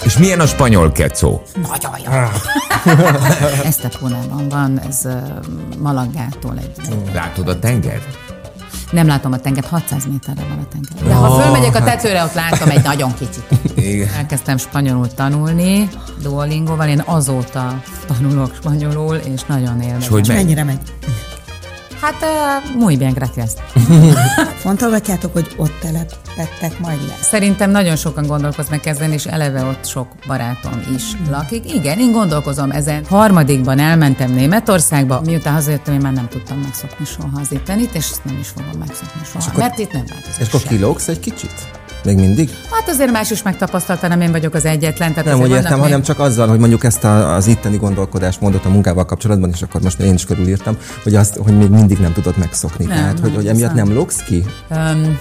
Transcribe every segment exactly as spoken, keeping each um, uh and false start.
És milyen a spanyol kecó? Nagyon jó. Estepónában van, ez Malaggától egy... Látod a tenger? Nem látom a tengert, hatszáz méterre van a tenger. De ha fölmegyek a tetőre, ott látom egy nagyon kicsit. Igen. Elkezdtem spanyolul tanulni, Duolingóval, én azóta tanulok spanyolul, és nagyon élvezem. És hogy És mennyire megy? Hát, uh, muy bien, gracias. Fontolgatjátok, hogy ott telepettek majd le? Szerintem nagyon sokan gondolkoznak ezen, és eleve ott sok barátom is lakik. Igen, én gondolkozom ezen. Harmadikban elmentem Németországba, miután hazajöttem, én már nem tudtam megszokni soha az ittenit, és ezt nem is fogom megszokni soha, akkor, mert itt nem változik. És akkor kilógsz egy kicsit? Még mindig? Hát azért más is megtapasztalta, nem én vagyok az egyetlen. Tehát nem úgy értem, még... hanem csak azzal, hogy mondjuk ezt a, az itteni gondolkodásmódot a munkával kapcsolatban, és akkor most én is körülírtam, hogy azt, hogy még mindig nem tudod megszokni. Nem, Tehát, hogy, hogy emiatt nem lógsz ki? Um...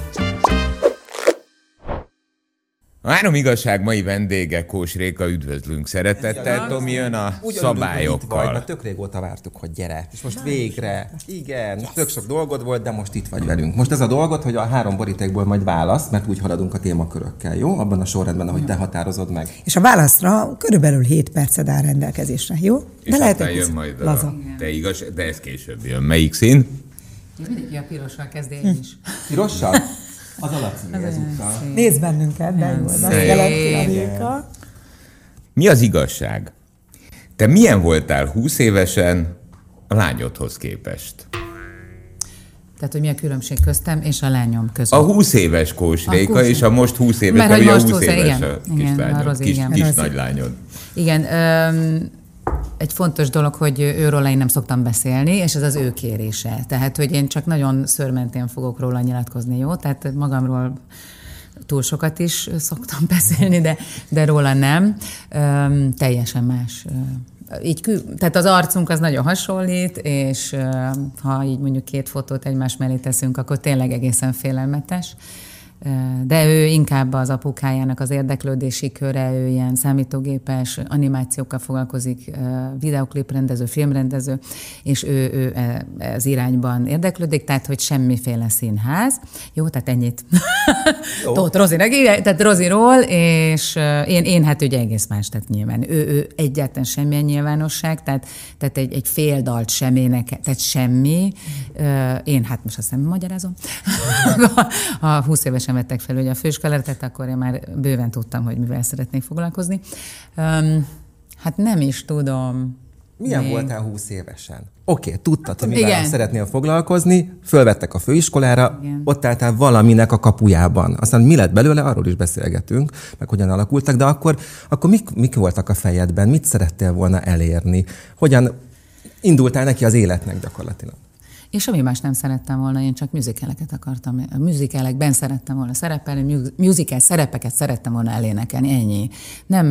A Három igazság mai vendége Kós Réka, üdvözlünk szeretettel. Tomi jön a szabályokkal. Vagy, mert tök régóta vártuk, hogy gyere. És most végre, igen, yes. Tök sok dolgod volt, de most itt vagy velünk. Most ez a dolgot, hogy a három borítékból majd válasz, mert úgy haladunk a témakörökkel, jó? Abban a sorrendben, ahogy te határozod meg. És a válaszra körülbelül hét perced áll rendelkezésre, jó? De és lehet, hogy jön majd laza. A te igaz, de ez később jön. Melyik szín? Mindenki a pirossal kezd én is. Pirossal? Az alapszín ezúttal. Nézd bennünket, de jó, az jelenti a Réka. Mi az igazság? Te milyen voltál húsz évesen a lányodhoz képest? Tehát, hogy mi a különbség köztem és a lányom között? A húsz éves Kós Réka, húsz és a most húsz éves, mert ugye most húsz húsz éves igen, a igen, kislányod, a kis, igen. kis nagylányod. Igen, öm, egy fontos dolog, hogy őróla én nem szoktam beszélni, és ez az ő kérése. Tehát, hogy én csak nagyon szőrmentén fogok róla nyilatkozni, jó? Tehát magamról túl sokat is szoktam beszélni, de, de róla nem. Öm, teljesen más. Így, tehát az arcunk az nagyon hasonlít, és ha így mondjuk két fotót egymás mellé teszünk, akkor tényleg egészen félelmetes. De ő inkább az apukájának az érdeklődési köre, ő ilyen számítógépes animációkkal foglalkozik, videokliprendező, filmrendező, és ő, ő az irányban érdeklődik, tehát hogy semmiféle színház. Jó, tehát ennyit. Tóth Rozinak, tehát Roziról, és én, én hát ugye egész más, tehát nyilván. Ő, ő egyáltalán semmilyen nyilvánosság, tehát, tehát egy, egy fél dalt sem énekel, tehát semmi. Én hát most azt nem magyarázom. A húsz évesen vettek fel ugye a főiskolára, akkor én már bőven tudtam, hogy mivel szeretnék foglalkozni. Um, hát nem is tudom. Milyen még... voltál húsz évesen? Oké, okay, tudtad, hogy mivel igen. szeretnél foglalkozni, fölvettek a főiskolára, igen. ott álltál valaminek a kapujában. Aztán mi lett belőle, arról is beszélgetünk, meg hogyan alakultak, de akkor, akkor mik, mik voltak a fejedben? Mit szerettél volna elérni? Hogyan indultál neki az életnek gyakorlatilag? Én semmi más nem szerettem volna, én csak musicaleket akartam. A musicalekben szerettem volna szerepelni, musical szerepeket szerettem volna elénekelni, ennyi. Nem,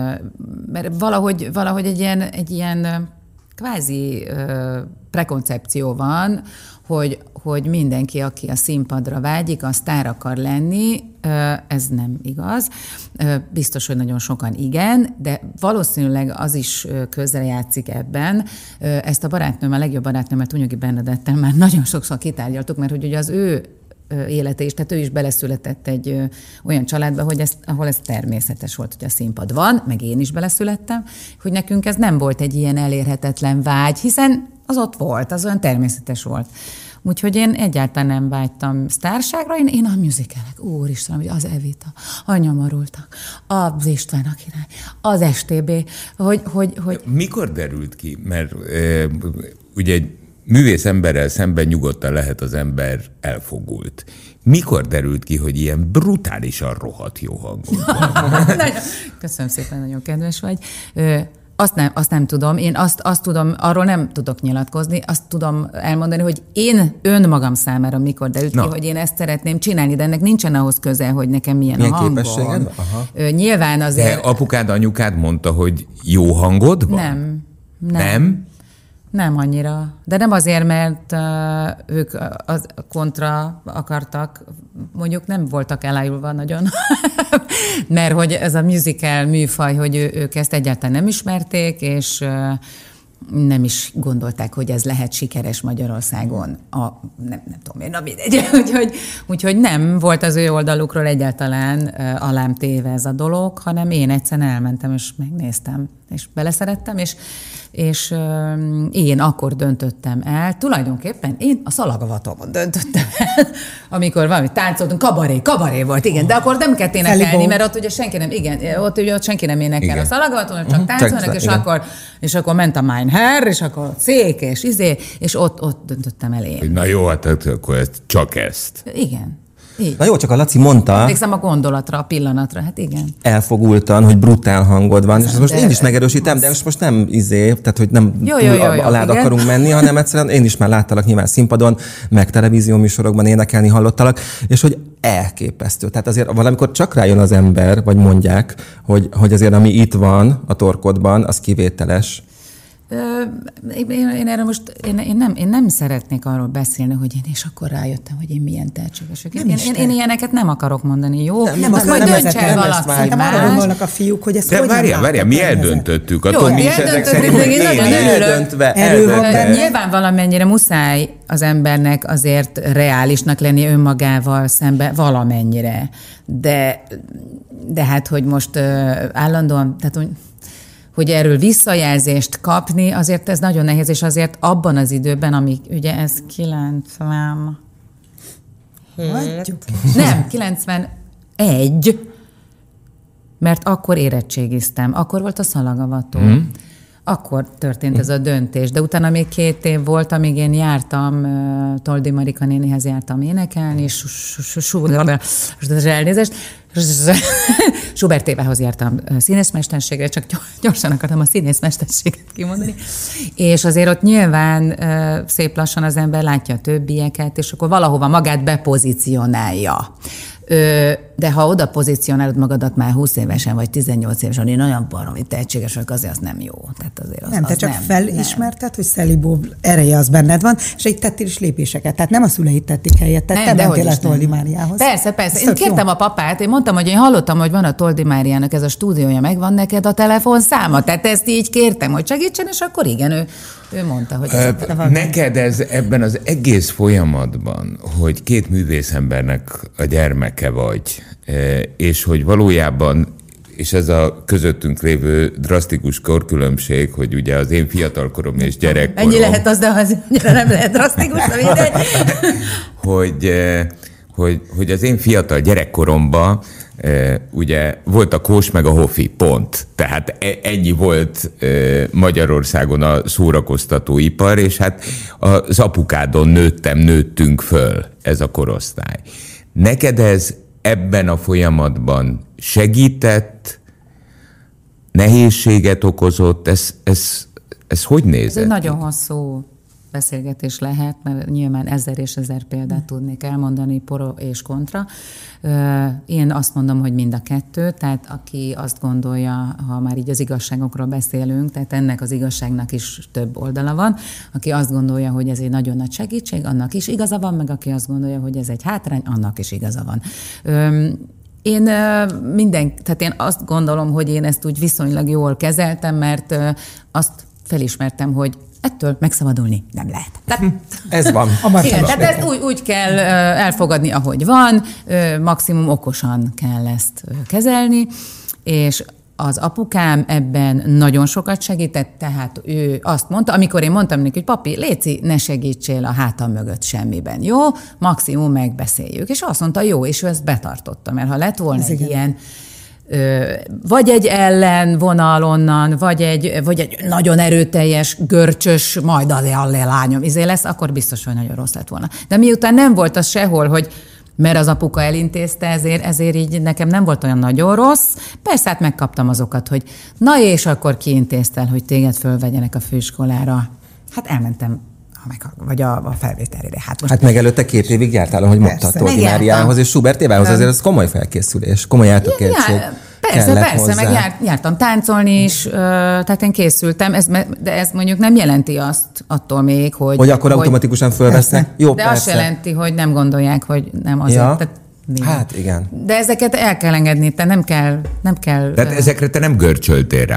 mert valahogy, valahogy egy ilyen, egy ilyen kvázi prekoncepció van, hogy, hogy mindenki, aki a színpadra vágyik, az sztár akar lenni, ez nem igaz. Biztos, hogy nagyon sokan igen, de valószínűleg az is közrejátszik ebben. Ezt a barátnőm, a legjobb barátnőmet, Unyogi Bernadettel már nagyon sokszor kitárgyaltuk, mert hogy ugye az ő élete is, tehát ő is beleszületett egy olyan családba, hogy ez, ahol ez természetes volt, hogy a színpad van, meg én is beleszülettem, hogy nekünk ez nem volt egy ilyen elérhetetlen vágy, hiszen az ott volt, az olyan természetes volt. Úgyhogy én egyáltalán nem vágytam sztárságra, én, én a musicalek, úristen, hogy az Evita, a Nyomorultak, az István a király, az es té bé, hogy... hogy, hogy... Mikor derült ki? Mert e, ugye egy művész emberrel szemben nyugodtan lehet az ember elfogult. Mikor derült ki, hogy ilyen brutálisan rohadt jó hangod van? Köszönöm szépen, nagyon kedves vagy. Azt nem, azt nem tudom, én azt, azt tudom, arról nem tudok nyilatkozni, azt tudom elmondani, hogy én önmagam számára mikor derült ki, hogy én ezt szeretném csinálni, de ennek nincsen ahhoz köze, hogy nekem milyen, milyen a hangom. Képességed? Aha. Nyilván azért... De apukád, anyukád mondta, hogy jó hangod van? Nem. Nem? Nem, nem annyira. De nem azért, mert uh, ők az kontra akartak, mondjuk nem voltak elájulva nagyon, mert hogy ez a musical műfaj, hogy ő, ők ezt egyáltalán nem ismerték, és, uh, nem is gondolták, hogy ez lehet sikeres Magyarországon. A, nem, nem tudom én, na mindegy. Úgyhogy, úgyhogy nem volt az ő oldalukról egyáltalán uh, alám téve ez a dolog, hanem én egyszerűen elmentem, és megnéztem, és beleszerettem, és, és uh, én akkor döntöttem el, tulajdonképpen én a Szalagavatóban döntöttem el, amikor valami táncoltunk, kabaré, kabaré volt, igen, de akkor nem kellett énekelni, mert ott ugye senki nem, igen, ott ugye ott senki nem énekel igen. A Szalagavaton, csak táncolnak, és akkor, és akkor ment a Mein Herr, és akkor szék, és izé, és ott, ott döntöttem el én. Na jó, hát akkor ezt, csak ezt. Igen. Így. Na jó, csak a Laci mondta... Emlékszem a gondolatra, a pillanatra, hát igen. Elfogultan, hogy brutál hangod van, és ezt most de, én is megerősítem, de most nem izé, tehát hogy nem jó, túl jó, jó, jó, alád igen. akarunk menni, hanem egyszerűen én is már láttalak nyilván színpadon, meg televízió műsorokban énekelni hallottalak, és hogy elképesztő. Tehát azért valamikor csak rájön az ember, vagy mondják, hogy, hogy azért ami itt van a torkodban, az kivételes. Én, én erre most, én, én, nem, én nem szeretnék arról beszélni, hogy én és akkor rájöttem, hogy én milyen tehetséges vagyok. Én, én, én ilyeneket nem akarok mondani, jó? Nem, nem majd dönts el valaki. Szerintem arra gondolnak a fiúk, hogy ezt de hogy várjál, várjál, mi eldöntöttük. Jó, mi eldöntöttük, én nagyon örülök. Nyilván valamennyire muszáj az embernek azért reálisnak lenni önmagával szemben, valamennyire. De, de hát, hogy most uh, állandóan, tehát hogy hogy erről visszajelzést kapni, azért ez nagyon nehéz, és azért abban az időben, ami ugye ez kilencven... Nem, kilencvenegy, mert akkor érettségiztem, akkor volt a Szalagavató. Mm. Akkor történt ez a döntés, de utána még két év volt, amíg én jártam, Toldi Marika nénihez jártam énekelni, és elnézést, Schubert Évához jártam színészmesterségre, csak gyorsan akartam a színészmesterséget kimondani, és azért ott nyilván szép lassan az ember látja a többieket, és akkor valahova magát bepozícionálja. De ha oda pozícionálod magadat már húsz évesen, vagy tizennyolc évesen, én olyan baromi tehetséges vagyok, azért az nem jó. Tehát azért az, nem, az te csak nem, felismerted, nem. hogy Szelibó ereje az benned van, és egy tettél is lépéseket. Tehát nem a szüleid tették helyet, tehát nem, te mentél a Toldi Máriához. Persze, persze. Én kértem jó. a papát, én mondtam, hogy én hallottam, hogy van a Toldi Máriának ez a stúdiója, megvan neked a telefonszáma. Tehát ezt így kértem, hogy segítsen, és akkor igen, ő, ő mondta, hogy ez a... Neked ez ebben az egész folyamatban, hogy két művészembernek a gyermeke vagy, és hogy valójában, és ez a közöttünk lévő drasztikus korkülönbség, hogy ugye az én fiatalkorom és gyerekkorom... Ennyi lehet az, de az nem lehet drasztikus, de mindegy. hogy, hogy, hogy az én fiatal gyerekkoromban ugye volt a Kós meg a Hofi, pont. Tehát ennyi volt Magyarországon a szórakoztatóipar, és hát az apukádon nőttem, nőttünk föl ez a korosztály. Neked ez ebben a folyamatban segített, nehézséget okozott, ez, ez, ez hogy nézett? Ez egy nagyon hosszú beszélgetés lehet, mert nyilván ezer és ezer példát tudnék elmondani, pro és kontra. Én azt mondom, hogy mind a kettő, tehát aki azt gondolja, ha már így az igazságokról beszélünk, tehát ennek az igazságnak is több oldala van, aki azt gondolja, hogy ez egy nagyon nagy segítség, annak is igaza van, meg aki azt gondolja, hogy ez egy hátrány, annak is igaza van. Én minden, tehát én azt gondolom, hogy én ezt úgy viszonylag jól kezeltem, mert azt felismertem, hogy ettől megszabadulni nem lehet. Tehát, ez van. Igen, tehát ezt úgy, úgy kell elfogadni, ahogy van, maximum okosan kell ezt kezelni, és az apukám ebben nagyon sokat segített, tehát ő azt mondta, amikor én mondtam neki, hogy papi, léci, ne segítsél a hátam mögött semmiben, jó? Maximum megbeszéljük. És azt mondta, jó, és ő ezt betartotta, mert ha lett volna ez egy igen. ilyen Ö, vagy egy ellenvonal onnan, vagy egy, vagy egy nagyon erőteljes, görcsös, majd allé, allé lányom izé lesz, akkor biztos, hogy nagyon rossz lett volna. De miután nem volt az sehol, hogy mert az apuka elintézte, ezért, ezért így nekem nem volt olyan nagyon rossz. Persze, hát megkaptam azokat, hogy na és akkor kiintézte el, hogy téged fölvegyenek a főiskolára. Hát elmentem vagy a, a felvételére. Hát, most hát meg előtte két évig jártál, ahogy mondta, Toldi Máriához és Schubert Évához, azért ez komoly felkészülés, komoly eltökéltség. Ja, persze, persze, hozzá. Meg jár, jártam táncolni is, tehát én készültem, ez, de ez mondjuk nem jelenti azt attól még, hogy... Hogy akkor hogy, automatikusan fölvesznek? Jó, de persze. azt jelenti, hogy nem gondolják, hogy nem azért. Ja. Tehát, hát igen. De ezeket el kell engedni, te nem kell... Nem kell Tehát ezekre te nem görcsöltél rá?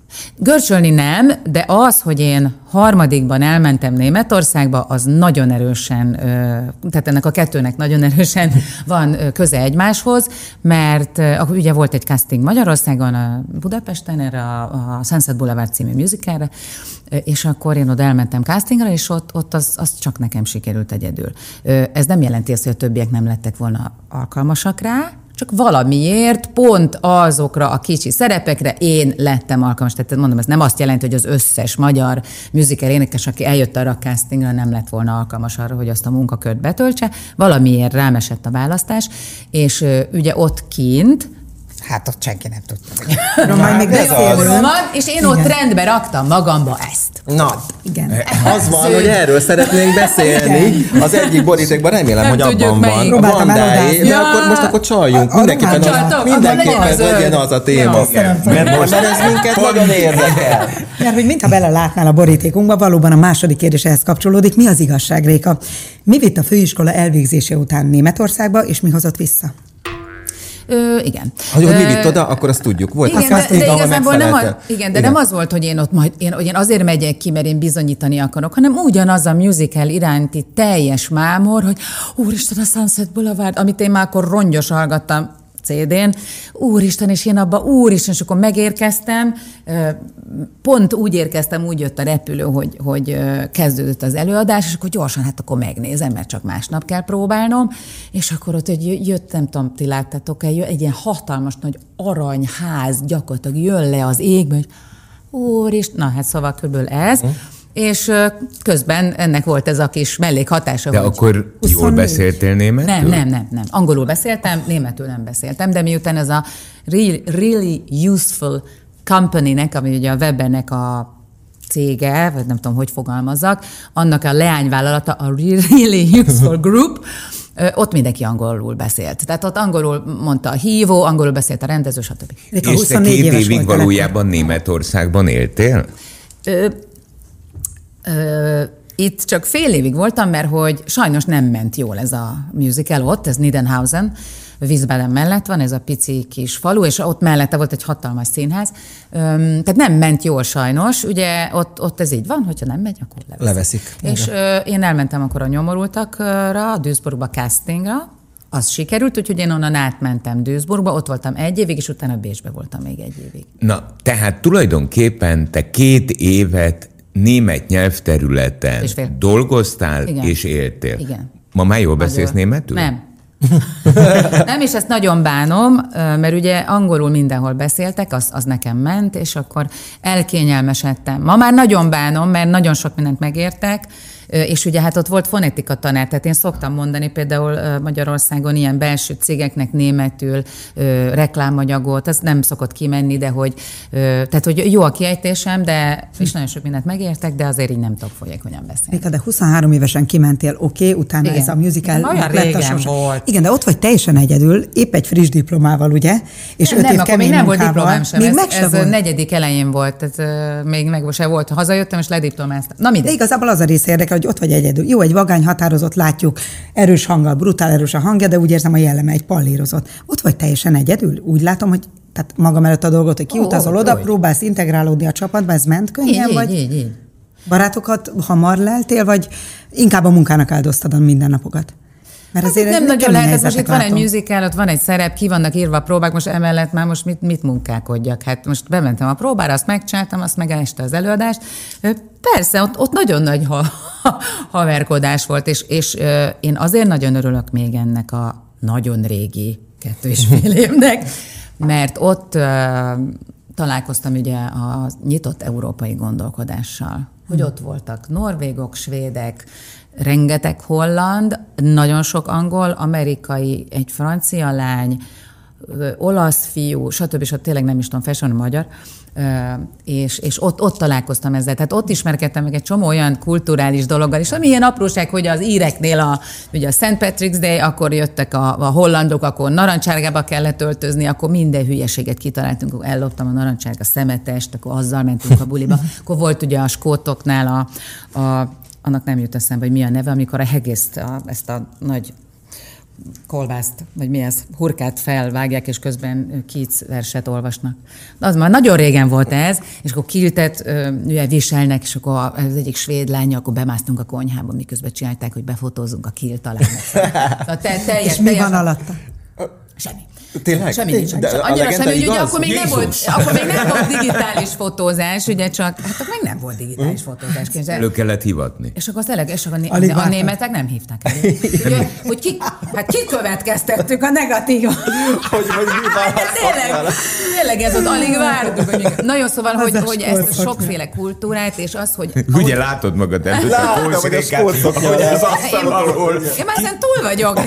Görcsölni nem, de az, hogy én harmadikban elmentem Németországba, az nagyon erősen, tehát ennek a kettőnek nagyon erősen van köze egymáshoz, mert akkor ugye volt egy casting Magyarországon, a Budapesten, erre a, a Sunset Boulevard című musicalre, és akkor én oda elmentem castingra, és ott, ott az, az csak nekem sikerült egyedül. Ez nem jelenti azt, hogy a többiek nem lettek volna alkalmasak rá, csak valamiért pont azokra a kicsi szerepekre én lettem alkalmas. Tehát mondom, ez nem azt jelenti, hogy az összes magyar musical énekes, aki eljött arra a castingra, nem lett volna alkalmas arra, hogy azt a munkakört betöltse. Valamiért rám esett a választás, és ugye ott kint, hát ott senki nem tudta. Arról majd még beszélünk. És én igen. ott rendbe raktam magamba ezt. Na, igen. Az van, hogy erről szeretnénk beszélni. Igen. Az egyik borítékban remélem, nem hogy abban van. A Vandáé, de ja. akkor most akkor csaljunk. Mindenképpen az, mindenképpen legyen az a téma. Mert, mert ez minket nagyon érdekel. Mert hogy mintha belelátnál a borítékunkba, valóban a második kérdés ehhez kapcsolódik. Mi az igazság, Réka? Mi vitt a főiskola elvégzése után Németországba, és mi hozott vissza? Ö, igen. Ha mi vitt oda, akkor azt tudjuk. Volt igen, de, de igazából nem, a, igen, de igen. nem az volt, hogy én ott majd, én, hogy én azért megyek ki, mert én bizonyítani akarok, hanem ugyanaz a musical iránti teljes mámor, hogy úristen, a Sunset Boulevard, amit én már akkor rongyos hallgattam cé dén, úristen, és én abba, úristen, és akkor megérkeztem, pont úgy érkeztem, úgy jött a repülő, hogy, hogy kezdődött az előadás, és akkor gyorsan, hát akkor megnézem, mert csak másnap kell próbálnom, és akkor ott hogy jött, nem tudom, ti láttátok el, egy ilyen hatalmas nagy aranyház gyakorlatilag jön le az égbe, hogy úristen, na hát szóval körülbelül ez, hm. és közben ennek volt ez a kis mellékhatása. De hogy akkor jól beszéltél németül? Nem, nem, nem, nem. Angolul beszéltem, németül nem beszéltem, de miután ez a really, really useful company-nek, ami ugye a Webernek a cége, vagy nem tudom, hogy fogalmazzak, annak a leányvállalata, a Really Useful Group, ott mindenki angolul beszélt. Tehát ott angolul mondta a hívó, angolul beszélt a rendező, stb. És te két évig valójában Németországban éltél? Ö, Ö, itt csak fél évig voltam, mert hogy sajnos nem ment jól ez a musical ott, ez Nidenhausen, Wiesbaden mellett van, ez a pici kis falu, és ott mellette volt egy hatalmas színház. Öm, tehát nem ment jól sajnos, ugye ott, ott ez így van, hogyha nem megy, akkor leveszik. Leveszik. És ö, én elmentem akkor a nyomorultakra, a Duisburgba castingra, az sikerült, úgyhogy én onnan átmentem Duisburgba, ott voltam egy évig, és utána Bécsbe voltam még egy évig. Na, tehát tulajdonképpen te két évet német nyelvterületen és dolgoztál igen. és éltél. Igen. Ma már jól beszélsz németül? Nem. Nem, és ezt nagyon bánom, mert ugye angolul mindenhol beszéltek, az, az nekem ment, és akkor elkényelmesedtem. Ma már nagyon bánom, mert nagyon sok mindent megértek, és ugye hát ott volt fonetika tanár, tehát én szoktam mondani például Magyarországon ilyen belső cégeknek németül reklámanyagot, az nem szokott kimenni, de hogy, tehát hogy jó a kiejtésem, de és nagyon sok mindent megértek, de azért így nem tudok folyékonyan beszélni. Réka, de huszonhárom évesen kimentél, oké, okay, utána igen. ez a musical olyan régen volt. Igen, de ott vagy teljesen egyedül, épp egy friss diplomával, ugye? És nem, öt nem, év akkor még nem volt diplomám sem, még ez, meg ez volt. negyedik elején volt, tehát még meg se volt. Hazajöttem, és lediplomáztam. Na mindegy. De igazából az a része érdekel, hogy ott vagy egyedül. Jó, egy vagány határozott, látjuk, erős hanggal, brutál erős a hangja, de úgy érzem, a jelleme egy pallírozott. Ott vagy teljesen egyedül. Úgy látom, hogy tehát magam előtt a dolgot, hogy kiutazol oh, oda, oh, próbálsz integrálódni a csapatba, ez ment könnyen, így, vagy így, így. barátokat hamar leltél, vagy inkább a munkának áldoztad a mindennapokat? Mert hát azért nem nagyon lehet, most itt van egy musical, ott van egy szerep, ki vannak írva a próbák, most emellett már most mit, mit munkálkodjak? Hát most bementem a próbára, azt megcsináltam, azt meg este az előadást. Persze, ott, ott nagyon nagy ha, ha, haverkodás volt, és, és én azért nagyon örülök még ennek a nagyon régi kettő és fél évnek, mert ott uh, találkoztam ugye a nyitott európai gondolkodással, hogy ott voltak norvégok, svédek, rengeteg holland, nagyon sok angol, amerikai, egy francia lány, olasz fiú, stb. stb. Tényleg nem is tudom felsorolni magyar, és, és ott, ott találkoztam ezzel. Tehát ott ismerkedtem meg egy csomó olyan kulturális dologgal, és ami ilyen apróság, hogy az íreknél a, ugye a Saint Patrick's Day, akkor jöttek a, a hollandok, akkor narancsárgába kellett öltözni, akkor minden hülyeséget kitaláltunk, akkor elloptam a narancsárga szemetest, akkor azzal mentünk a buliba. Akkor volt ugye a skótoknál a, a annak nem jut eszembe, hogy mi a neve, amikor a hegészt, a, ezt a nagy kolbászt, vagy mi ez, hurkát felvágják, és közben Keats verset olvasnak. Az már nagyon régen volt ez, és akkor kiltet ö, viselnek, és akkor az egyik svéd lánya, akkor bemásztunk a konyhába, miközben csinálták, hogy befotózzunk a Kilt alá. Szóval te, teljes, és mi van alatta? Semmi. Tényleg? Semmi nincs. Annyira semmi, hogy ugye akkor még, nem volt, akkor még nem volt digitális fotózás, ugye csak, hát akkor még nem volt digitális fotózás. Elő kellett hivatni. És akkor tényleg, és akkor a, a németek nem hívták el. Ugye, hogy ki, hát kikövetkeztettük a negatívat. Hogy, hogy mi van? Tényleg, tényleg ez ott alig vártuk. Hogy nagyon szóval, hogy, hogy ezt a sokféle kultúrát, és az, hogy... Ugye ahogy... látod magad előtt a kószrékát, hogy az asztal alól. Én már ezen túl vagyok.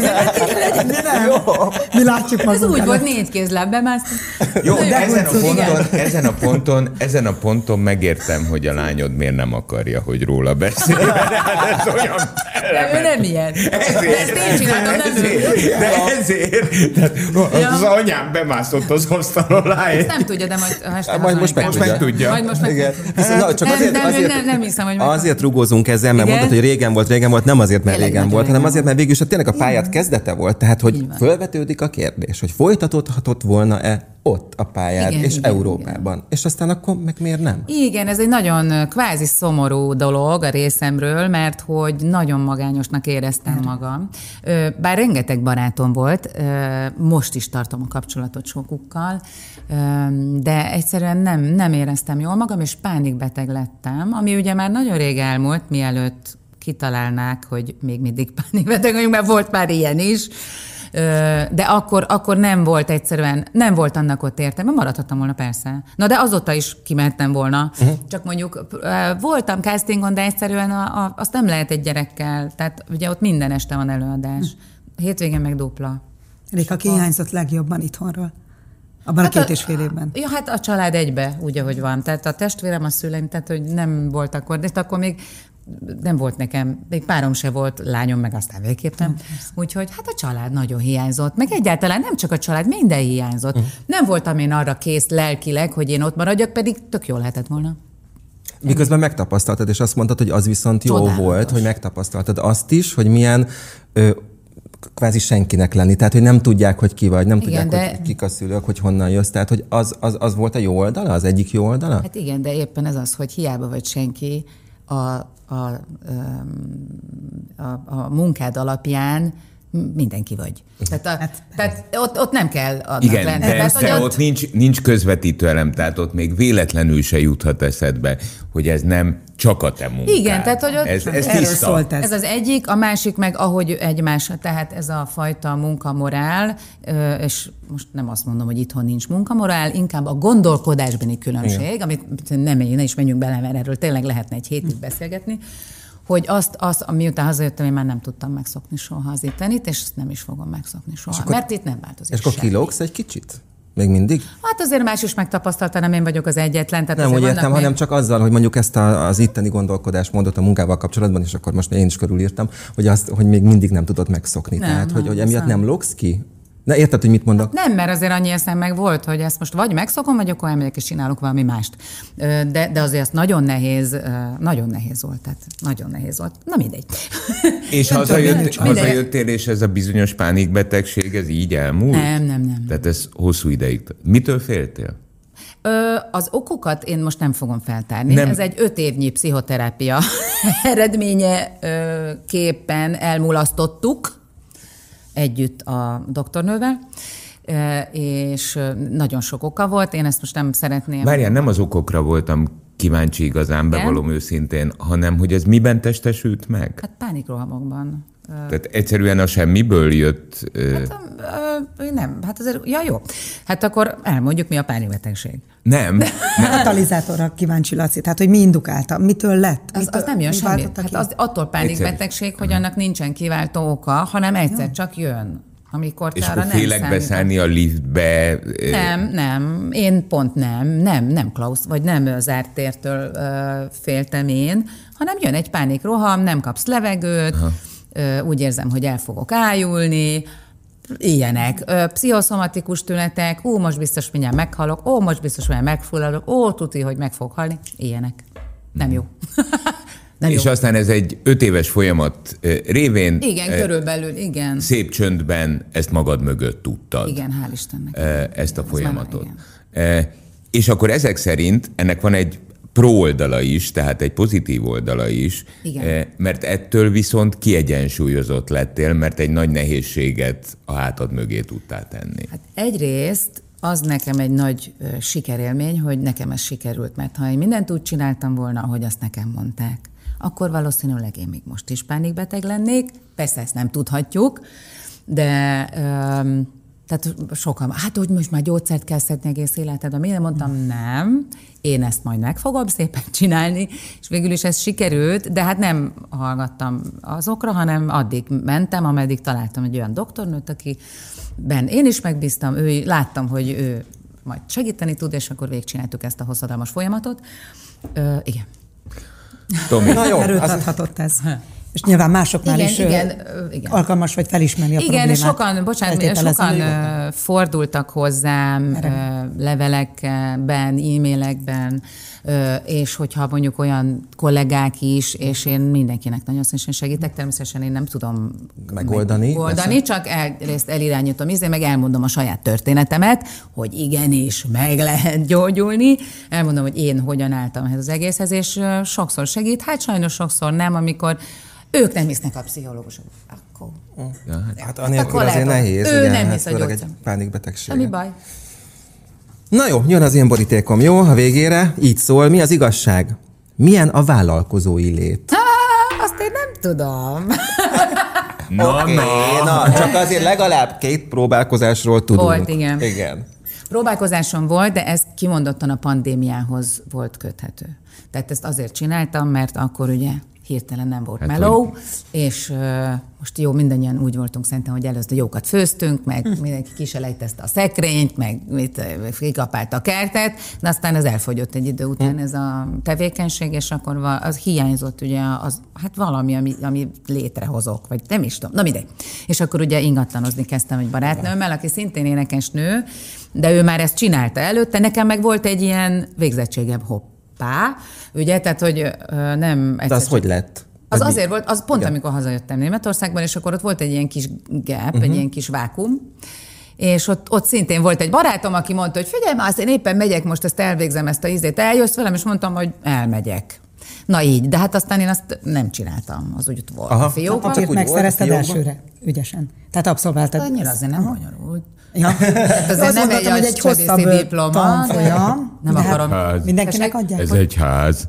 Mi látjuk magunk. Úgy volt, négy kézláb bemásztunk. Jó, de ezen a, ponton, ezen, a ponton, ezen a ponton megértem, hogy a lányod miért nem akarja, hogy róla beszél. Ez olyan de ő nem ilyen. Ezért, ezt én csináltam, nem ezért, ő. De ezért. Tehát, ja. Az anyám bemászott az asztal alá. Ezt nem tudja, de majd, hát majd most meg most meg tudja. Majd most meg igen. Na, csak nem, azért, nem, azért, nem, nem hiszem, hogy meg... azért rugózunk ezzel, mert igen? mondod, hogy régen volt, régen volt, nem azért, mert régen volt, hanem azért, mert végül is tényleg a pályát kezdete volt. Tehát, hogy fölvetődik a kérdés, hogy folytatódhatott volna-e ott a pályád, igen, és igen, Európában. Igen. És aztán akkor meg miért nem? Igen, ez egy nagyon kvázi szomorú dolog a részemről, mert hogy nagyon magányosnak éreztem Mert. magam. Bár rengeteg barátom volt, most is tartom a kapcsolatot sokukkal, de egyszerűen nem, nem éreztem jól magam, és pánikbeteg lettem, ami ugye már nagyon rég elmúlt, mielőtt kitalálnák, hogy még mindig pánikbeteg vagyunk, mert volt már ilyen is. De akkor, akkor nem volt egyszerűen, nem volt annak ott értelme, maradhattam volna persze. Na de azóta is kimentem volna. Uh-huh. Csak mondjuk voltam castingon, de egyszerűen a, a, azt nem lehet egy gyerekkel. Tehát ugye ott minden este van előadás. Uh-huh. Hétvégén meg dupla. Réka, ki hiányzott legjobban itthonról? Abban hát a két a, és fél évben. Ja, hát a család egybe, úgy, ahogy van. Tehát a testvérem, a szüleim, tehát hogy nem volt akkor, de akkor még nem volt nekem, még párom se volt, lányom meg aztán végképp nem. Úgyhogy hát a család nagyon hiányzott. Meg egyáltalán nem csak a család, minden hiányzott. Uh-huh. Nem voltam én arra kész lelkileg, hogy én ott maradjak, pedig tök jól lehetett volna. Miközben megtapasztaltad, és azt mondtad, hogy az viszont jó Csodálatos. volt, hogy megtapasztaltad azt is, hogy milyen ö, kvázi senkinek lenni. Tehát, hogy nem tudják, hogy ki vagy, nem igen, tudják, de... hogy kik a szülők, hogy honnan jössz. Tehát, hogy az, az, az volt a jó oldala, az egyik jó oldala? Hát igen, de éppen ez az, hogy hiába vagy senki, a, a, a, a munkád alapján mindenki vagy. Tehát, a, hát, tehát ott, ott nem kell adnak igen, lenni. De, tehát, de ott, ott nincs, nincs közvetítő elem, tehát ott még véletlenül se juthat eszedbe, hogy ez nem csak a te munkád. Igen, tehát hogy ott ez, ez tiszta. Ez. ez az egyik, a másik meg ahogy egymás, tehát ez a fajta munkamorál, és most nem azt mondom, hogy itthon nincs munkamorál, inkább a gondolkodásbeni különbség, igen. amit nem, ne is menjünk bele, mert erről tényleg lehetne egy hétig beszélgetni, hogy azt, azt, miután hazajöttem, én már nem tudtam megszokni soha az ittenit, és ezt nem is fogom megszokni soha, akkor, mert itt nem változik. És akkor kilógsz egy kicsit? Még mindig? Hát azért más is megtapasztalta, nem én vagyok az egyetlen. Tehát nem úgy értem, még... hanem csak azzal, hogy mondjuk ezt a, az itteni gondolkodásmódot a munkával kapcsolatban, és akkor most én is körülírtam, hogy azt, hogy még mindig nem tudod megszokni. Nem, Tehát, nem, hogy, hogy emiatt nem lógsz ki? Na érted, hogy mit mondok? Nem, mert azért annyi eszem meg volt, hogy ezt most vagy megszokom, vagy akkor elmegyek és csinálok valami mást. De, de azért ezt nagyon nehéz, nagyon nehéz volt, tehát nagyon nehéz volt. Na mindegy. És hazajött, hazajöttél, és ez a bizonyos pánikbetegség, ez így elmúlt? Nem, nem, nem. Tehát ez hosszú ideig. Mitől féltél? Ö, az okokat én most nem fogom feltárni. Nem. Ez egy öt évnyi pszichoterápia eredménye ö, képpen elmulasztottuk együtt a doktornővel, és nagyon sok oka volt. Én ezt most nem szeretném... Várjál, nem az okokra voltam kíváncsi igazán, bevallom őszintén, hanem hogy ez miben testesült meg? Hát pánikrohamokban. Tehát egyszerűen a semmiből jött... Hát ö, nem, hát azért, ja jó. Hát akkor elmondjuk, mi a pánikbetegség. Nem. nem. Katalizátorra kíváncsi, Laci. Tehát, hogy mi indukálta? Mitől lett? Az, mitől, az nem jön mi semmi. Hát az attól pánikbetegség, hogy annak nincsen kiváltó oka, hanem egyszer ja. csak jön. Amikor és akkor félek beszállni a liftbe? Nem, nem. Én pont nem. Nem, nem Klaus, vagy nem zárt tértől uh, féltem én, hanem jön egy pánikroham, nem kapsz levegőt, uh, úgy érzem, hogy el fogok ájulni, ilyenek. Pszichoszomatikus tünetek, ó, most biztos mindjárt meghalok, ó, most biztos mindjárt megfulladok, ó, tuti, hogy meg fog halni. Ilyenek. Nem jó. És aztán ez egy öt éves folyamat révén... Igen, körülbelül, igen. Szép csöndben ezt magad mögött tudtad. Igen, hál' Istennek. Ezt a ez folyamatot. Már, és akkor ezek szerint ennek van egy pro oldala is, tehát egy pozitív oldala is, igen. Mert ettől viszont kiegyensúlyozott lettél, mert egy nagy nehézséget a hátad mögé tudtál tenni. Hát egyrészt az nekem egy nagy ö, sikerélmény, hogy nekem ez sikerült, mert ha én mindent úgy csináltam volna, ahogy azt nekem mondták, akkor valószínűleg én még most is pánikbeteg lennék. Persze ezt nem tudhatjuk, de ö, tehát sokan, hát hogy most már gyógyszert kell szedni egész életedben. Én mondtam, nem, én ezt majd meg fogom szépen csinálni, és végül is ez sikerült, de hát nem hallgattam azokra, hanem addig mentem, ameddig találtam egy olyan doktornőt, akiben én is megbíztam, ő, láttam, hogy ő majd segíteni tud, és akkor végigcsináltuk ezt a hosszadalmas folyamatot. Ö, igen. Tomi. Na jó, erőt adhatott ez. És nyilván másoknál igen, is igen, igen. alkalmas vagy felismerni a igen, problémát. Igen, sokan, bocsánat, sokan uh, fordultak hozzám uh, levelekben, e-mailekben, uh, és hogyha mondjuk olyan kollégák is, és én mindenkinek nagyon szívesen segítek, természetesen én nem tudom megoldani, megoldani csak el, részt elirányítom, izé, meg elmondom a saját történetemet, hogy igenis meg lehet gyógyulni, elmondom, hogy én hogyan álltam ehhez az egészhez, és uh, sokszor segít, hát sajnos sokszor nem, amikor ők nem hisznek a pszichológusok. Akkor... Ja, hát, hát anélkül hát azért nehéz. Ő ugye, nem hát hisz a gyógyszer. Egy pánikbetegség. Mi baj? Na jó, jön az én borítékom, jó? A végére így szól. Mi az igazság? Milyen a vállalkozói lét? Há, azt én nem tudom. Na, okay, na. na, csak azért legalább két próbálkozásról tudunk. Volt, igen. igen. Próbálkozásom volt, de ez kimondottan a pandémiához volt köthető. Tehát ezt azért csináltam, mert akkor ugye hirtelen nem volt hát, meló, hogy... és uh, most jó, mindannyian úgy voltunk szerintem, hogy először jókat főztünk, meg hm. mindenki kiselejtezte a szekrényt, meg mit, kikapálta a kertet, de aztán ez elfogyott egy idő után hm. ez a tevékenység, és akkor az hiányzott ugye az, hát valami, ami, ami létrehozok, vagy nem is tudom, na mindegy. És akkor ugye ingatlanozni kezdtem egy barátnőmmel, aki szintén énekesnő, de ő már ezt csinálta előtte, nekem meg volt egy ilyen végzettségem, hopp. Pá, ugye, tehát, hogy nem... De az hogy lett? Az vagy azért mi? Volt, az pont igen. Amikor hazajöttem Németországban, és akkor ott volt egy ilyen kis gap, uh-huh. egy ilyen kis vákum, és ott, ott szintén volt egy barátom, aki mondta, hogy figyelj már, én éppen megyek, most ezt elvégzem, ezt a ízét, eljössz velem, és mondtam, hogy elmegyek. Na így, de hát aztán én azt nem csináltam, az úgy volt aha. a fiókban. Papírt megszerezted elsőre, ügyesen. Tehát abszolváltad. Annyira azért nem bonyolult. Ja. Hát azért nem egy, egy hosszabb diploma, folyam. Nem akarom. Hát mindenkinek adják. Ez egy ház.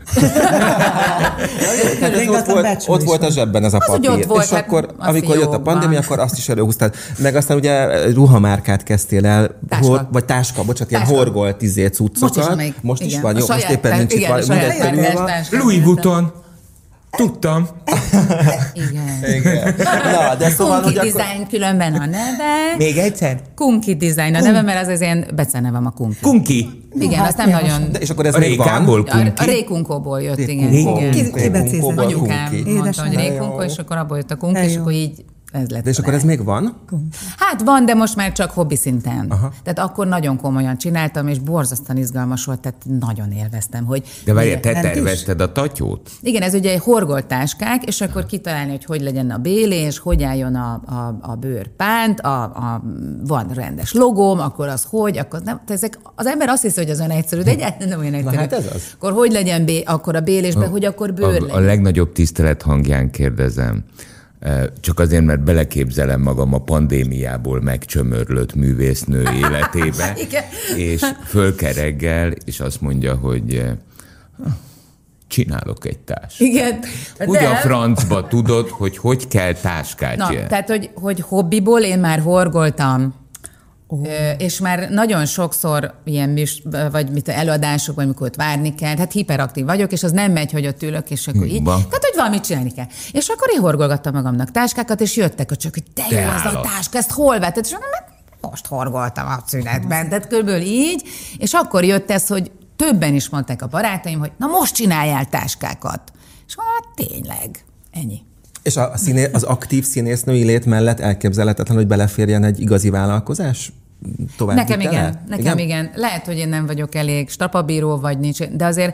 ott, volt, ott volt a zsebben ez a papír. Az volt, és hát akkor, amikor jött a pandémia, akkor azt is előhúztad. Meg aztán ugye ruhamárkát kezdtél el, táska. Hor, vagy táska, bocsánat, ilyen horgolt izé cuccokat. Most is, még, most is igen, van, jó, most éppen nincs itt valami. Louis Vuitton. Tudtam. Igen. Igen. Na, de szóval, Kunki Design különben a neve. Még egyszer? Kunki Design a neve, mert az az én becenevem a Kunki. Kunki. Igen, no, azt nem nagyon... De és akkor ez a még van? A, a Rékunkóból jött, igen. Ki becézett? Anyukám mondta, hogy Rékunkó, és akkor abból jött a Kunki, és akkor így ez lett. De és akkor ez még van? Hát van, de most már csak hobbi szinten. Aha. Tehát akkor nagyon komolyan csináltam, és borzasztóan izgalmas volt, tehát nagyon élveztem, hogy... De várjál, te tervezted a tatyót? Igen, ez ugye horgolt táskák, és akkor kitalálni, hogy hogy legyen a bélés, hogy álljon a, a, a bőrpánt, a, a, van rendes logóm, akkor az hogy, akkor nem, ezek, az ember azt hiszi, hogy az olyan egyszerű, de egyáltalán nem olyan egyszerű. Na hát ez az. Akkor hogy legyen bé, akkor a bélésben, a, hogy akkor bőr a, legyen. A legnagyobb tisztelet hangján kérdezem. Csak azért, mert beleképzelem magam a pandémiából megcsömörlött művésznő életébe, és fölkel reggel, és azt mondja, hogy csinálok egy táskát. Igen. Hogy a francba tudod, hogy hogy kell táskát Na, csinálni? tehát, hogy, hogy hobbiból én már horgoltam, Oh. És már nagyon sokszor ilyen műs, vagy mit, előadások, vagy amikor ott várni kell, hát hiperaktív vagyok, és az nem megy, hogy ott ülök, és akkor így. Tehát, hogy valamit csinálni kell. És akkor én horgolgattam magamnak táskákat, és jöttek a csak, hogy te jó, az a táska, ezt hol vetted? És mondom, most horgoltam a szünetben. Tehát körülbelül így, és akkor jött ez, hogy többen is mondták a barátaim, hogy na most csináljál táskákat. És hát tényleg, ennyi. És a színé, az aktív színésznői lét mellett elképzelhetetlen, hogy beleférjen egy igazi vállalkozás? Nekem igen, nekem igen. igen. Lehet, hogy én nem vagyok elég strapabíró, vagy nincs, de azért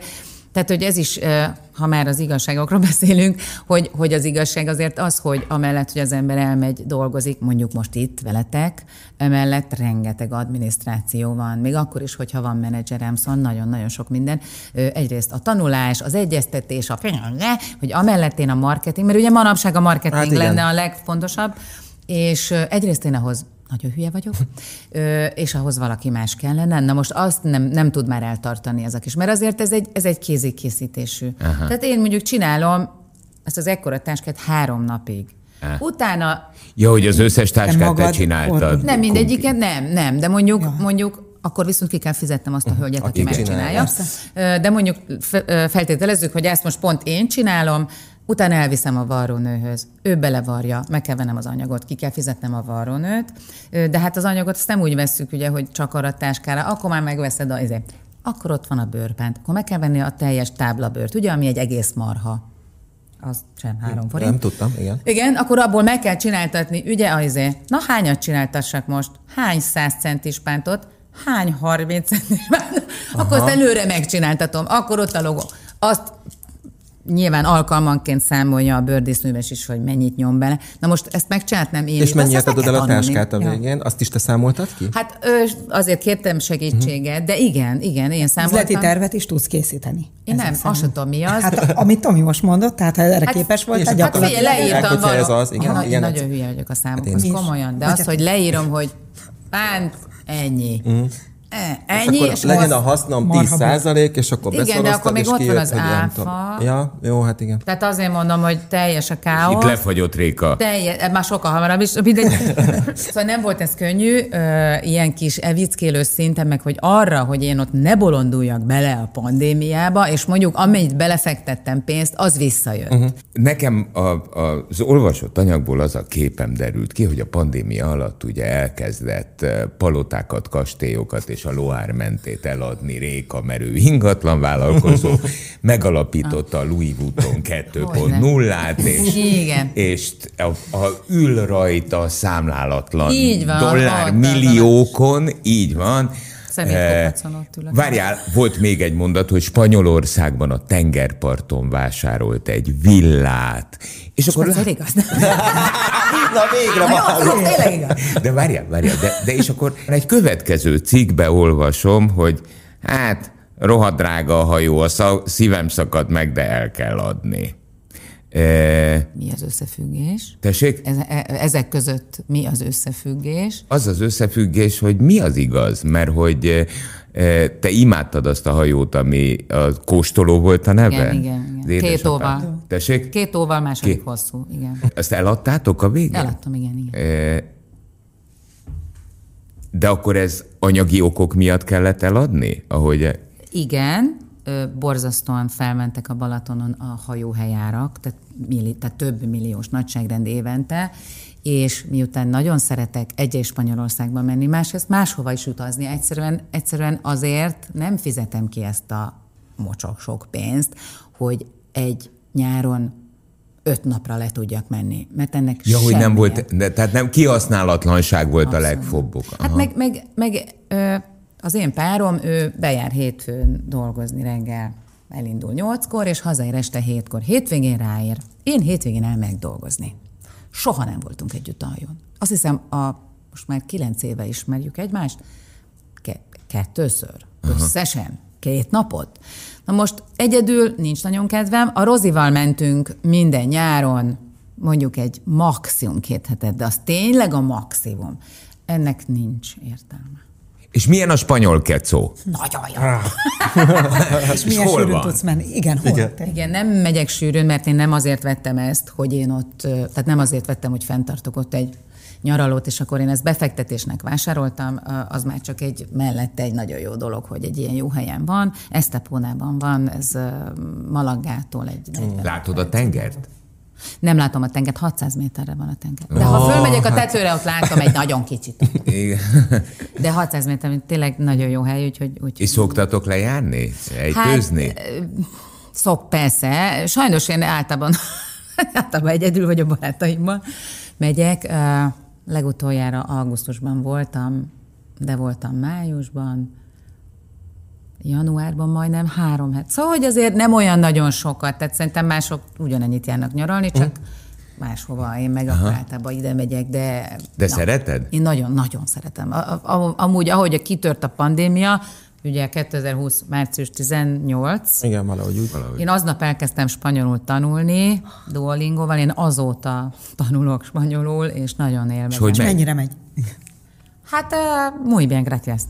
Tehát, hogy ez is, ha már az igazságokról beszélünk, hogy, hogy az igazság azért az, hogy amellett, hogy az ember elmegy, dolgozik, mondjuk most itt veletek, emellett rengeteg adminisztráció van, még akkor is, hogyha van menedzserem, szóval nagyon-nagyon sok minden. Egyrészt a tanulás, az egyeztetés, a hogy amellett én a marketing, mert ugye manapság a marketing hát lenne a legfontosabb, és egyrészt én ahhoz nagyon hülye vagyok, és ahhoz valaki más kellene. Na most azt nem, nem tud már eltartani ez a kis, mert azért ez egy, ez egy kézikészítésű. Aha. Tehát én mondjuk csinálom ezt az ekkora táskát három napig. Aha. Utána... Ja, hogy az összes táskát te csináltad. Nem mindegyiket, nem, nem, de mondjuk, ja. mondjuk akkor viszont ki kell fizetnem azt a hölgyet, aki, aki megcsinálja. De mondjuk feltételezzük, hogy ezt most pont én csinálom, utána elviszem a varrónőhöz. Ő belevarja, meg kell vennem az anyagot, ki kell fizetnem a varrónőt, de hát az anyagot azt nem úgy vesszük, ugye, hogy csak arra a táskára, akkor már megveszed a izé. Akkor ott van a bőrpánt, akkor meg kell venni a teljes táblabőrt, ugye, ami egy egész marha. Az sem három forint. Nem tudtam, igen. Igen, akkor abból meg kell csináltatni, ugye, azért. Na, hányat csináltassak most? Hány száz centis pántot? Hány harminc centis pántot? Akkor azt előre megcsináltatom. Akkor ott a logó. Azt nyilván alkalmanként számolja a bőrdíszműves is, hogy mennyit nyom bele. Na most ezt megcsináltam én. És mennyiért adod el a táskát a végén? Ja. Azt is te számoltad ki? Hát azért kértem segítséget, uh-huh. de igen, igen, én számoltam. Üzleti tervet is tudsz készíteni. Én nem, azt sem tudom, mi az. Hát amit Tomi most mondott, tehát ha erre hát, képes volt, hát gyakorlatilag. Hát figyelj, leírtam valami. Ez az, igen, Aha, igen, nagyon hülye vagyok a számokhoz, hát komolyan. De az, hogy leírom, hogy pánt, ennyi. Uh-huh. Ennyi, és, és legyen a hasznom tíz százalék, és akkor igen, de akkor még ott van az áfa. Ja, jó, hát igen. Tehát azért mondom, hogy teljes a káosz. Itt lefagyott Réka. Teljes, már sokkal hamarabb is. Szóval nem volt ez könnyű, ilyen kis evickélő szinten, meg hogy arra, hogy én ott ne bolonduljak bele a pandémiába, és mondjuk amennyit belefektettem pénzt, az visszajött. Uh-huh. Nekem a, a, az olvasott anyagból az a képem derült ki, hogy a pandémia alatt ugye elkezdett palotákat, kastélyokat és a Loire mentét eladni Réka, mert ő ingatlan vállalkozó, megalapította a Louis Vuitton kettő pont nullát, és, és a, a ül rajta számlálatlan van, dollár milliókon, így van. Eh, várjál, volt még egy mondat, hogy Spanyolországban a tengerparton vásárolt egy villát. És akkor lá... igaz. Na végre van. De várjál, várjál, de, de és akkor egy következő cikkbe olvasom, hogy hát rohadt drága a hajó, a szívem szakad meg, de el kell adni. E... Mi az összefüggés? Tessék? Ezek között mi az összefüggés? Az az összefüggés, hogy mi az igaz, mert hogy te imádtad azt a hajót, ami a kóstoló volt a neve? Igen, igen. igen. Két óval. Tessék? Két óval, második Két. hosszú, igen. Ezt eladtátok a végén? Eladtam, igen, igen. E... De akkor ez anyagi okok miatt kellett eladni? Ahogy... Igen. Borzasztóan felmentek a Balatonon a hajóhelyárak, tehát, milli, tehát több milliós nagyságrend évente, és miután nagyon szeretek egy- és Spanyolországba menni, másrészt máshova is utazni, egyszerűen, egyszerűen azért nem fizetem ki ezt a mocsok sok pénzt, hogy egy nyáron öt napra le tudjak menni, mert ennek ja, hogy nem volt, de, tehát nem kihasználatlanság volt Abszolút. A legfőbb ok. Hát meg, meg, meg ö, az én párom, ő bejár hétfőn dolgozni reggel, elindul nyolckor, és hazaér este hétkor. Hétvégén ráér. Én hétvégén elmegyek dolgozni. Soha nem voltunk együtt a hajón. Azt hiszem, a, most már kilenc éve ismerjük egymást, ke- kettőször, Aha. összesen, két napot. Na most egyedül nincs nagyon kedvem, a Rozival mentünk minden nyáron, mondjuk egy maximum két hetet, de az tényleg a maximum. Ennek nincs értelme. És milyen a spanyol kecó? Nagyon jó. És milyen sűrűn tudsz menni? Igen, hol? Igen. Igen, nem megyek sűrűn, mert én nem azért vettem ezt, hogy én ott, tehát nem azért vettem, hogy fenntartok ott egy nyaralót, és akkor én ezt befektetésnek vásároltam, az már csak egy mellette egy nagyon jó dolog, hogy egy ilyen jó helyen van. Estepónában van, ez Malaggától egy... Hmm. Látod a tengert? Nem látom a tengert, hatszáz méterre van a tenger. De oh, ha fölmegyek a tetőre, ott látom egy nagyon kicsit. Igen. De hatszáz méter, tényleg nagyon jó hely, úgyhogy... úgyhogy és szoktatok lejárni? Ejtőzni? Hát, szok, persze. Sajnos én általában, általában egyedül vagy a barátaimmal megyek. Legutoljára augusztusban voltam, de voltam májusban. januárban majdnem három het. Szóval, hogy azért nem olyan nagyon sokat, tehát szerintem mások ugyanennyit járnak nyaralni, csak hm. máshova, én meg akkor általában ide megyek, de... De na, szereted? Én nagyon-nagyon szeretem. A, a, amúgy, ahogy kitört a pandémia, ugye kétezer-húsz. március tizennyolc. Igen, valahogy úgy. Valahogy. Én aznap elkezdtem spanyolul tanulni, Duolingoval, én azóta tanulok spanyolul, és nagyon élvezem. És mennyire megy? Hát, uh, muy bien, gracias.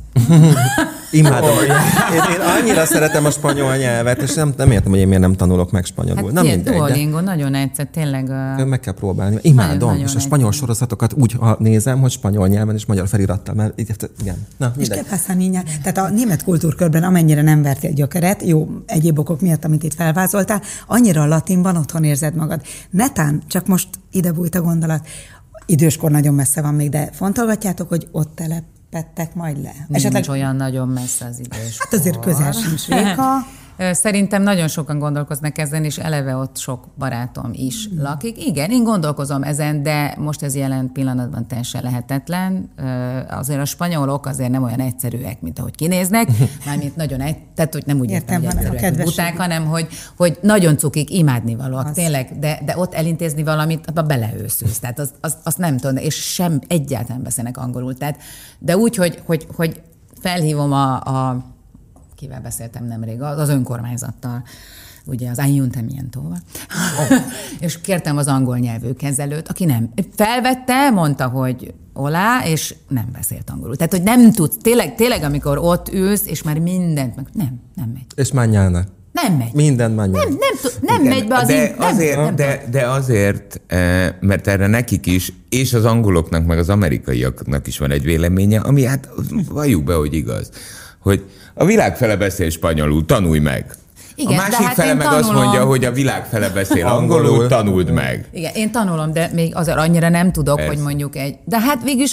Imádom. Én, én annyira szeretem a spanyol nyelvet, és nem, nem értem, hogy én miért nem tanulok meg spanyolul. Hát nem ilyen mindegy, Duolingo, de... nagyon egyszer, tényleg... Uh... Meg kell próbálni. Imádom, nagyon, nagyon és a spanyol egyszer. Sorozatokat úgy nézem, hogy spanyol nyelven és magyar felirattal, mert igen. Na, és kell passani. Tehát a német kultúrkörben amennyire nem vertél gyökeret, jó, egyéb okok miatt, amit itt felvázoltál, annyira a latinban otthon érzed magad. Netán, csak most ide bújt a gondolat, időskor nagyon messze van még, de fontolgatjátok, hogy ott telepettek majd le? Nincs Esetleg... olyan nagyon messze az időskor. Hát azért közel sincs Réka. Szerintem nagyon sokan gondolkoznak ezen, és eleve ott sok barátom is mm. lakik. Igen, én gondolkozom ezen, de most ez jelen pillanatban teljesen lehetetlen. Azért a spanyolok azért nem olyan egyszerűek, mint ahogy kinéznek. Mármint nagyon egy, tehát hogy nem úgy értem, értem hogy egyszerűek, mint buták, hanem hogy, hogy nagyon cukik, imádnivalóak, az. Tényleg, de, de ott elintézni valamit, abba beleőszülsz. Tehát azt az, az nem tudom, és sem egyáltalán beszélnek angolul. Tehát, de úgy, hogy, hogy, hogy felhívom a, a kivel beszéltem nemrég, az önkormányzattal, ugye az Ayuntamientóval, oh. és kértem az angol nyelvű kezelőt, aki nem felvette, mondta, hogy olá, és nem beszélt angolul. Tehát, hogy nem tudsz, tényleg, tényleg amikor ott ülsz, és már mindent, meg nem, nem megy. És mañana. Nem megy. Minden mañana. Nem, nem, nem megy be az de in... nem, azért, nem, de, de azért, mert erre nekik is, és az angoloknak, meg az amerikaiaknak is van egy véleménye, ami hát valljuk be, hogy igaz, hogy a világ fele beszél spanyolul, tanulj meg. Igen, a másik hát fele meg tanulom. Azt mondja, hogy a világ fele beszél angolul, tanuld meg. Igen, én tanulom, de még azért annyira nem tudok, Persze. hogy mondjuk egy... De hát végülis,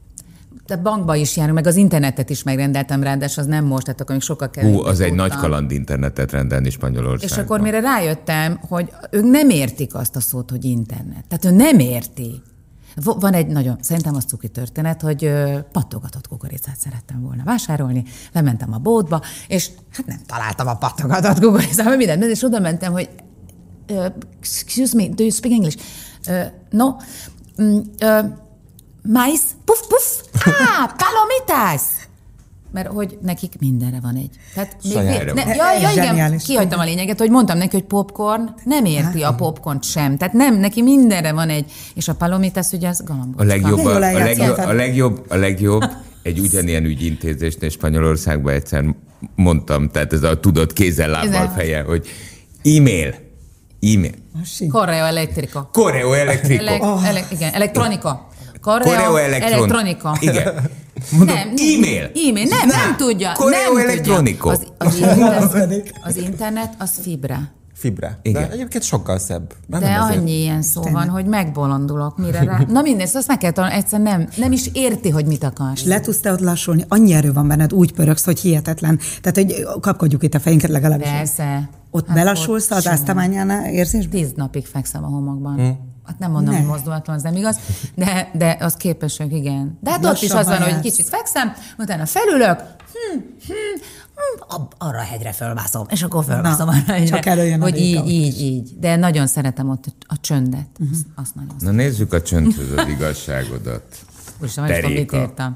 de bankba is járunk, meg az internetet is megrendeltem rá, de az nem most, tehát akkor még sokkal kevésbé. Hú, az tudtam. Egy nagy kaland internetet rendelni Spanyolországban. És akkor mire rájöttem, hogy ők nem értik azt a szót, hogy internet. Tehát ő nem érti. Van egy nagyon, szerintem az cuki történet, hogy pattogatott kukoricát szerettem volna vásárolni, lementem a boltba, és hát nem találtam a pattogatott kukoricát, mindent, és oda mentem, hogy uh, excuse me, do you speak English? Uh, no. Mm, uh, mais? Puff, puff. Ah, palomitas! Mert hogy nekik mindenre van egy. Tehát még ne, ja, ja, igen, kihagytam a lényeget, hogy mondtam neki, hogy popcorn, nem érti a popcornt sem. Tehát nem, neki mindenre van egy, és a palomitas ugye az galambocska. A legjobb, a, a, legjobb, a, legjobb, a legjobb egy ugyanilyen ügyintézésnél Spanyolországban egyszer mondtam, tehát ez a tudott kézzel, lábbal, feje, hogy e-mail, e-mail. Correo electrico. Correo electrico. Ele- ele- igen, elektronika. Correo electronika. Igen. Mondom, nem, e-mail. E-mail, nem, nem, nem tudja. Correo electronico. Az, az, internet, az internet, az fibra. Fibra. Igen. De egyébként sokkal szebb. De nem annyi ezért... ilyen szó van, hogy megbolondulok, mire rá... Na mindezt, azt meg kell tanulni, egyszerűen nem, nem is érti, hogy mit akarsz. Le tudsz te ott lassulni? Annyi erő van benned, úgy pörögsz, hogy hihetetlen. Tehát, hogy kapkodjuk itt a fejünket legalábbis. Persze. Ott hát belassulsz ott az Áztamányánál érzésben? Tíz napig fekszem a homokban. Hmm. Hát nem mondom, ne. hogy mozdulatlan, az nem igaz, de, de az képesek, igen. De hát ott is az van, hogy kicsit fekszem, utána felülök, hm, hm, hm, arra a hegyre fölmászom, és akkor fölmászom arra a hegyre. Csak előjön hogy így, így, így. De nagyon szeretem ott a csöndet. Uh-huh. Azt, azt nagyon Na szeretem. nézzük a csöndhöz az igazságodat. Úgyis nem tudom, mit írtam.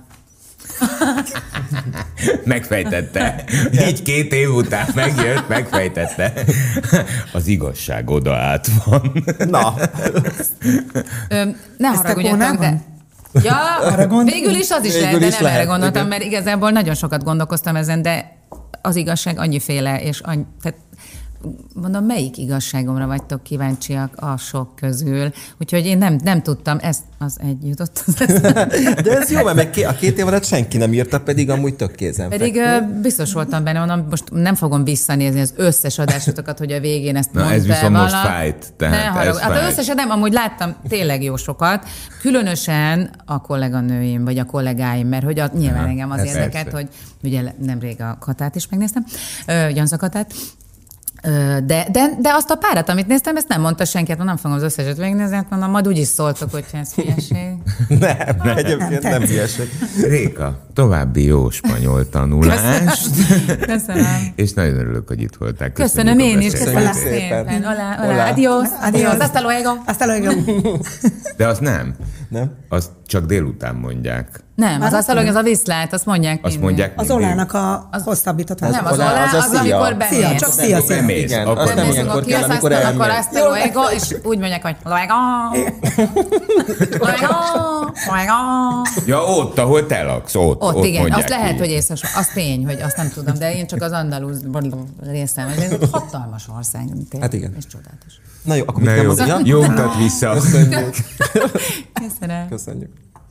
Megfejtette. Így két év után megjött, megfejtette. Az igazság oda át van. Na. Ö, ne haragudjatok, de... Ja, végül is az is végül lehet, de nem lehet, erre gondoltam, igen. Mert igazából nagyon sokat gondolkoztam ezen, de az igazság annyiféle, és annyi, tehát mondom, melyik igazságomra vagytok kíváncsiak a sok közül. Úgyhogy én nem, nem tudtam, ez az egy jutott az eszembe. De ez jó, mert a két év alatt senki nem írta, pedig amúgy tök kézen. Pedig uh, biztos voltam benne, mondom, most nem fogom visszanézni az összes adásotokat, hogy a végén ezt mondta. Na ez viszont most fájt. Tehát ez hát az összeset nem, amúgy láttam tényleg jó sokat. Különösen a kolléganőim, vagy a kollégáim, mert hogy a, nyilván ha, engem az érdekelt, hogy ugye nemrég a Katát is megnéztem, uh, Janza Katát, De, de, de azt a párat, amit néztem, ezt nem mondta senki, hát nem fogom az összeset végignézni, hát mondom, majd úgyis szóltok, hogyha ez hülyeség. Nem, nem, egyébként nem, nem hülyeség. Réka, további jó spanyol tanulást. Köszönöm. És nagyon örülök, hogy itt voltál. Köszönöm én is, köszönöm szépen. szépen. Hola, hola, adiós, adiós, hasta luego. Hasta luego. De azt nem. Nem? Azt csak délután mondják. Nem, az hasta luego, az a viszlát, azt mondják Azt mondják Az mindig. olának a hosszabbított Nem, az változata. olá, az a az, szia. amikor bemész. Szia, csak szia, szia. Bemész, Igen, akkor azt nem nem ilyenkor Amikor kell, kijössz, amikor aztán akkor elmész. hasta luego, és úgy mondják, hogy luego, luego, luego. Ja, ott, ahol te laksz, ott. Ott, igen, mondják azt lehet, így. hogy észre, az tény, hogy azt nem tudom, de én csak az andalúz részem, ez egy hatalmas ország. Tényleg, Hát igen. És csodálatos. Na jó, akkor Na mit kell jó, mondani? jó utat vissza. Köszönjük. Köszönöm. Köszönjük.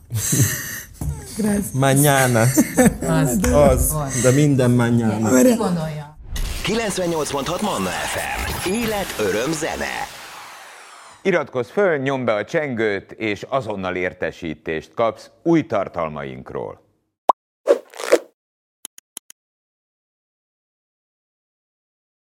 Mañana. Az. Az. De minden mañana. Ki gondolja? kilencvennyolc pont hat Manna ef em. Élet, öröm, zene. Iratkozz föl, nyomd be a csengőt, és azonnal értesítést kapsz új tartalmainkról.